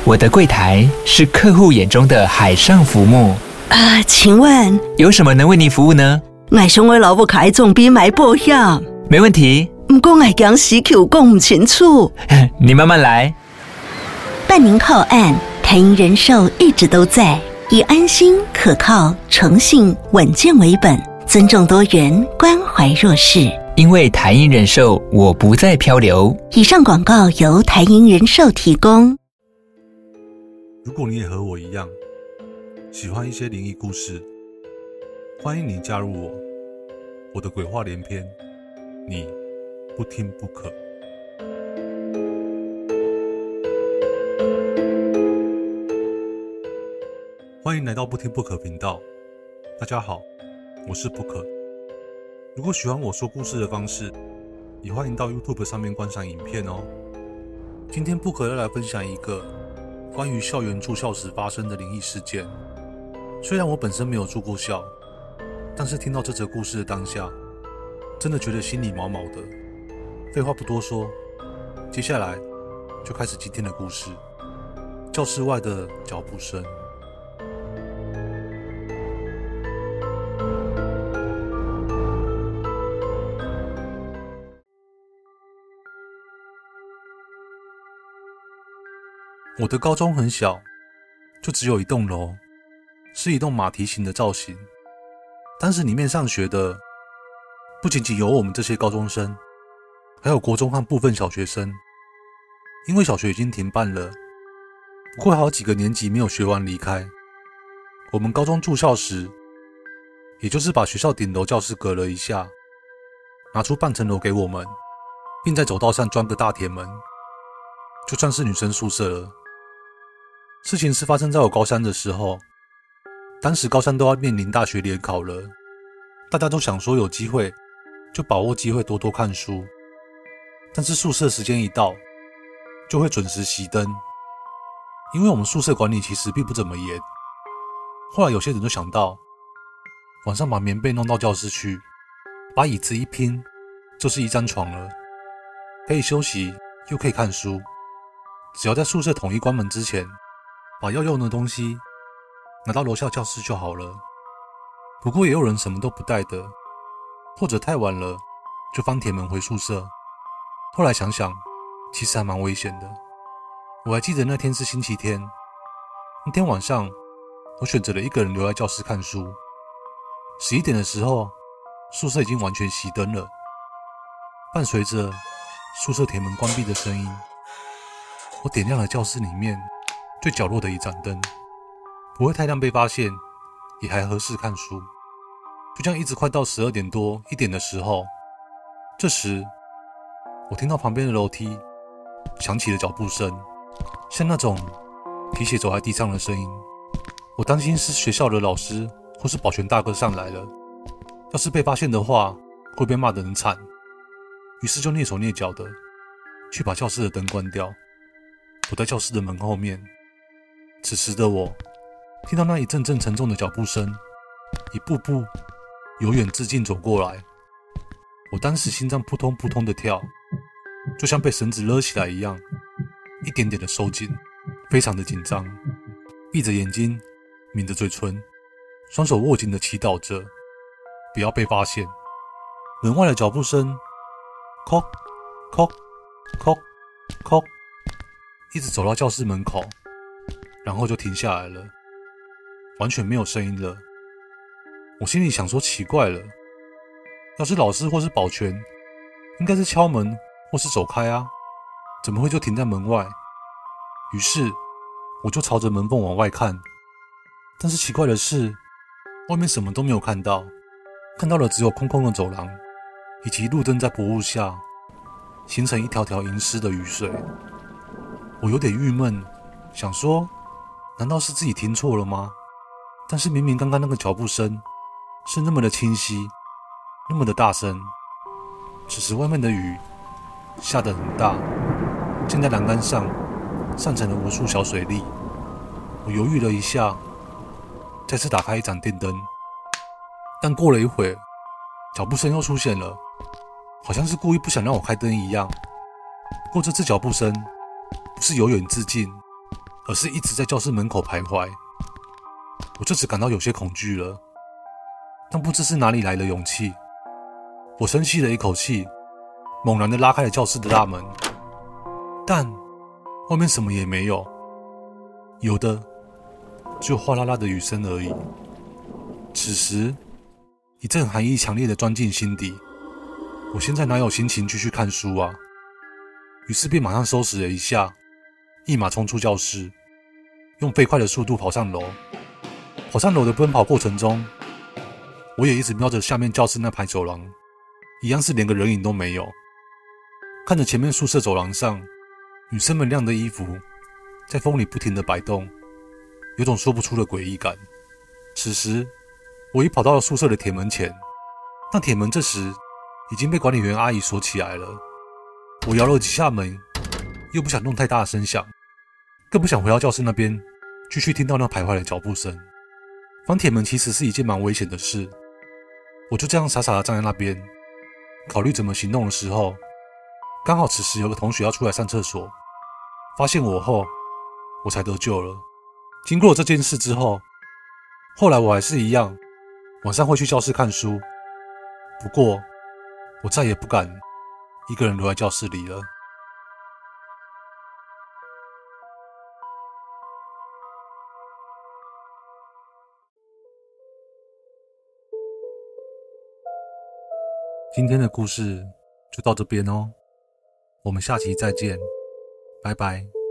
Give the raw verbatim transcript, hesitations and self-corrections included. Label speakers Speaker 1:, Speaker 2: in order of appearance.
Speaker 1: 我的柜台是客户眼中的海上浮木
Speaker 2: 啊，请问
Speaker 1: 有什么能为您服务呢？
Speaker 2: 我想我老母开总比买保险，
Speaker 1: 没问题。
Speaker 2: 不过我讲时口讲不清楚，
Speaker 1: 你慢慢来。
Speaker 2: 办您靠岸，台银人寿一直都在，以安心、可靠、诚信、稳健为本，尊重多元，关怀弱势。
Speaker 1: 因为台银人寿，我不再漂流。
Speaker 2: 以上广告由台银人寿提供。
Speaker 3: 如果你也和我一样喜欢一些灵异故事，欢迎你加入我，我的鬼话连篇，你不听不可。欢迎来到不听不可频道，大家好，我是不可。如果喜欢我说故事的方式，也欢迎到 YouTube 上面观赏影片哦。今天不可要来分享一个关于校园住校时发生的灵异事件。虽然我本身没有住过校，但是听到这则故事的当下，真的觉得心里毛毛的。废话不多说，接下来就开始今天的故事。教室外的脚步声。我的高中很小，就只有一栋楼，是一栋马蹄形的造型。当时里面上学的不仅仅有我们这些高中生，还有国中和部分小学生。因为小学已经停办了，不过还有几个年级没有学完离开。我们高中住校时，也就是把学校顶楼教室隔了一下，拿出半层楼给我们，并在走道上装个大铁门，就算是女生宿舍了。事情是发生在我高三的时候，当时高三都要面临大学联考了，大家都想说有机会就把握机会多多看书，但是宿舍时间一到就会准时熄灯，因为我们宿舍管理其实并不怎么严。后来有些人就想到晚上把棉被弄到教室去，把椅子一拼就是一张床了，可以休息又可以看书，只要在宿舍统一关门之前把要用的东西拿到楼下教室就好了。不过也有人什么都不带的，或者太晚了就翻铁门回宿舍。后来想想其实还蛮危险的。我还记得那天是星期天，那天晚上我选择了一个人留在教室看书。十一点的时候，宿舍已经完全熄灯了，伴随着宿舍铁门关闭的声音，我点亮了教室里面最角落的一盏灯，不会太亮被发现，也还合适看书。就这样一直快到十二点多一点的时候，这时我听到旁边的楼梯响起了脚步声，像那种皮鞋走在地上的声音。我担心是学校的老师或是保全大哥上来了，要是被发现的话会被骂得很惨，于是就蹑手蹑脚的去把教室的灯关掉，躲在教室的门后面。此时的我听到那一阵阵沉重的脚步声一步步由远至近走过来，我当时心脏扑通扑通的跳，就像被绳子勒起来一样，一点点的收紧，非常的紧张，闭着眼睛抿着嘴唇，双手握紧的祈祷着不要被发现。门外的脚步声叩叩叩叩，一直走到教室门口，然后就停下来了，完全没有声音了。我心里想说奇怪了，要是老师或是保全应该是敲门或是走开啊，怎么会就停在门外？于是我就朝着门缝往外看，但是奇怪的是外面什么都没有看到，看到的只有空空的走廊以及路灯在薄雾下形成一条条银湿的雨水。我有点郁闷，想说难道是自己听错了吗？但是明明刚刚那个脚步声是那么的清晰，那么的大声。此时外面的雨下得很大，溅在栏杆上散成了无数小水粒。我犹豫了一下，再次打开一盏电灯，但过了一会儿脚步声又出现了，好像是故意不想让我开灯一样。不过这次脚步声不是由远至近， 而是一直在教室门口徘徊。我这时感到有些恐惧了，但不知是哪里来的勇气，我深吸了一口气，猛然地拉开了教室的大门，但外面什么也没有，有的只有哗啦啦的雨声而已。此时一阵寒意强烈地钻进心底，我现在哪有心情继续看书啊？于是便马上收拾了一下，一马冲出教室，用飞快的速度跑上楼。跑上楼的奔跑过程中，我也一直瞄着下面教室那排走廊，一样是连个人影都没有。看着前面宿舍走廊上女生们晾的衣服在风里不停地摆动，有种说不出的诡异感。此时我已跑到了宿舍的铁门前，但铁门这时已经被管理员阿姨锁起来了。我摇了几下门，又不想弄太大的声响，更不想回到教室那边继续听到那徘徊的脚步声。翻铁门其实是一件蛮危险的事，我就这样傻傻的站在那边考虑怎么行动的时候，刚好此时有个同学要出来上厕所，发现我后我才得救了。经过这件事之后，后来我还是一样晚上会去教室看书，不过我再也不敢一个人留在教室里了。今天的故事就到这边哦，我们下期再见，拜拜。